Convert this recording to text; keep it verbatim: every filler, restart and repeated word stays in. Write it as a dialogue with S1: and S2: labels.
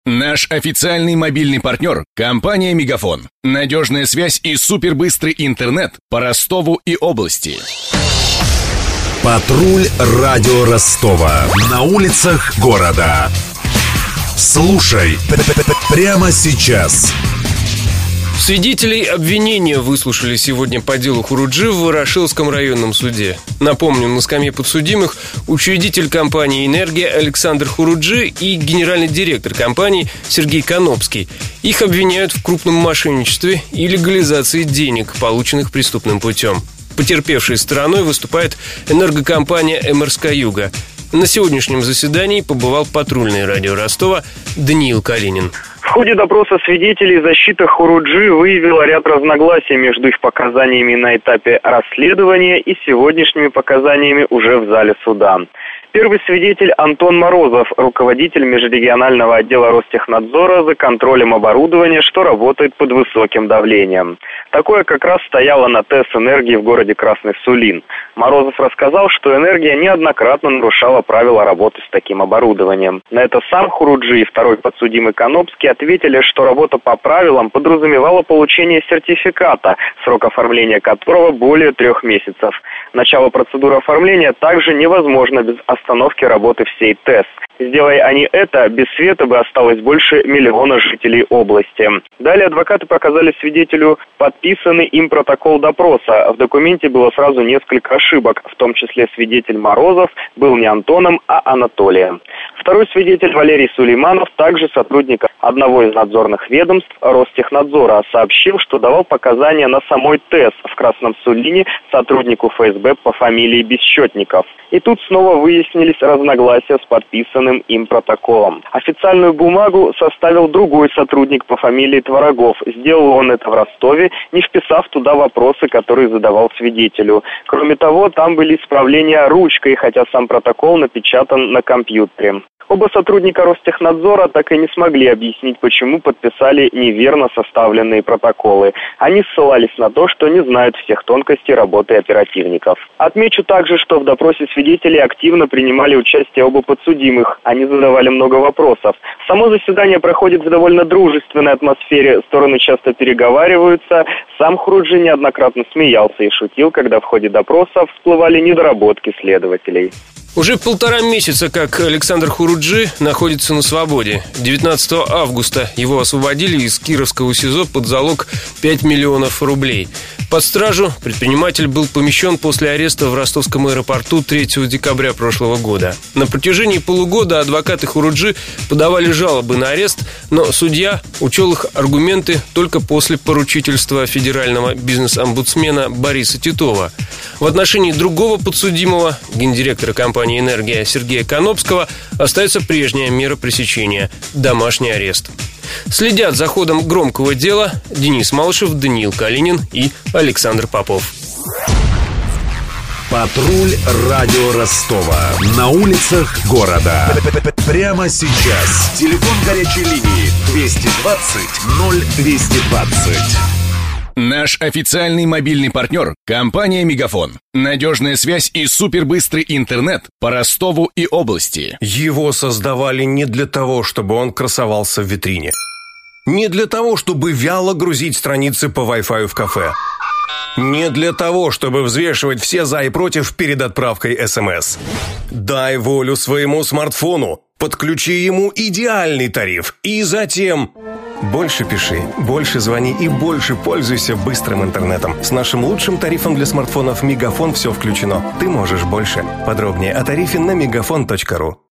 S1: Наш официальный мобильный партнер – компания «Мегафон». Надежная связь и супербыстрый интернет по Ростову и области.
S2: Патруль радио Ростова. На улицах города. Слушай прямо сейчас.
S3: Свидетелей обвинения выслушали сегодня по делу Хуруджи в Ворошиловском районном суде. Напомню, на скамье подсудимых учредитель компании «Энергия» Александр Хуруджи и генеральный директор компании Сергей Конопский. Их обвиняют в крупном мошенничестве и легализации денег, полученных преступным путем. Потерпевшей стороной выступает энергокомпания «МРСК-Юга». На сегодняшнем заседании побывал патрульный радио Ростова Даниил Калинин.
S4: В ходе допроса свидетелей защита Хуруджи выявила ряд разногласий между их показаниями на этапе расследования и сегодняшними показаниями уже в зале суда. Первый свидетель Антон Морозов, руководитель межрегионального отдела Ростехнадзора за контролем оборудования, что работает под высоким давлением. Такое как раз стояло на ТЭС «Энергии» в городе Красный Сулин. Морозов рассказал, что «Энергия» неоднократно нарушала правила работы с таким оборудованием. На это сам Хуруджи и второй подсудимый Конопский ответили, что работа по правилам подразумевала получение сертификата, срок оформления которого более трех месяцев. Начало процедуры оформления также невозможно без остановки работы всей ТЭС. Сделая они это, без света бы осталось больше миллиона жителей области. Далее адвокаты показали свидетелю подписанный им протокол допроса. В документе было сразу несколько ошибок, в том числе свидетель Морозов был не Антоном, а Анатолием. Второй свидетель Валерий Сулейманов, также сотрудник одного из надзорных ведомств Ростехнадзора, сообщил, что давал показания на самой ТЭС в Красном Сулине сотруднику ФСБ по фамилии Бесчетников. И тут снова выяснились разногласия с подписанным им протоколом. Официальную бумагу составил другой сотрудник по фамилии Творогов. Сделал он это в Ростове, не вписав туда вопросы, которые задавал свидетелю. Кроме того, там были исправления ручкой, хотя сам протокол напечатан на компьютере. Оба сотрудника Ростехнадзора так и не смогли объяснить, почему подписали неверно составленные протоколы. Они ссылались на то, что не знают всех тонкостей работы оперативников. Отмечу также, что в допросе свидетелей активно принимали участие оба подсудимых. Они задавали много вопросов. Само заседание проходит в довольно дружественной атмосфере. Стороны часто переговариваются. Сам Хуруджи неоднократно смеялся и шутил, когда в ходе допроса всплывали недоработки следователей.
S3: Уже полтора месяца, как Александр Хуруджи находится на свободе. девятнадцатого августа его освободили из Кировского СИЗО под залог пять миллионов рублей. Под стражу предприниматель был помещен после ареста в ростовском аэропорту третьего декабря прошлого года. На протяжении полугода адвокаты Хуруджи подавали жалобы на арест, но судья учел их аргументы только после поручительства федерального бизнес-омбудсмена Бориса Титова. В отношении другого подсудимого, гендиректора компании «Энергия» Сергея Конопского, остается прежняя мера пресечения – домашний арест. Следят за ходом громкого дела Денис Малышев, Даниил Калинин и Александр Попов.
S2: Патруль радио Ростова. На улицах города. Прямо сейчас. Телефон горячей линии двести двадцать ноль двести двадцать.
S1: Наш официальный мобильный партнер – компания «Мегафон». Надежная связь и супербыстрый интернет по Ростову и области.
S5: Его создавали не для того, чтобы он красовался в витрине. Не для того, чтобы вяло грузить страницы по Wi-Fi в кафе. Не для того, чтобы взвешивать все за и против перед отправкой СМС. Дай волю своему смартфону. Подключи ему идеальный тариф. И затем... Больше пиши, больше звони и больше пользуйся быстрым интернетом. С нашим лучшим тарифом для смартфонов «Мегафон» все включено. Ты можешь больше. Подробнее о тарифе на мегафон точка ру.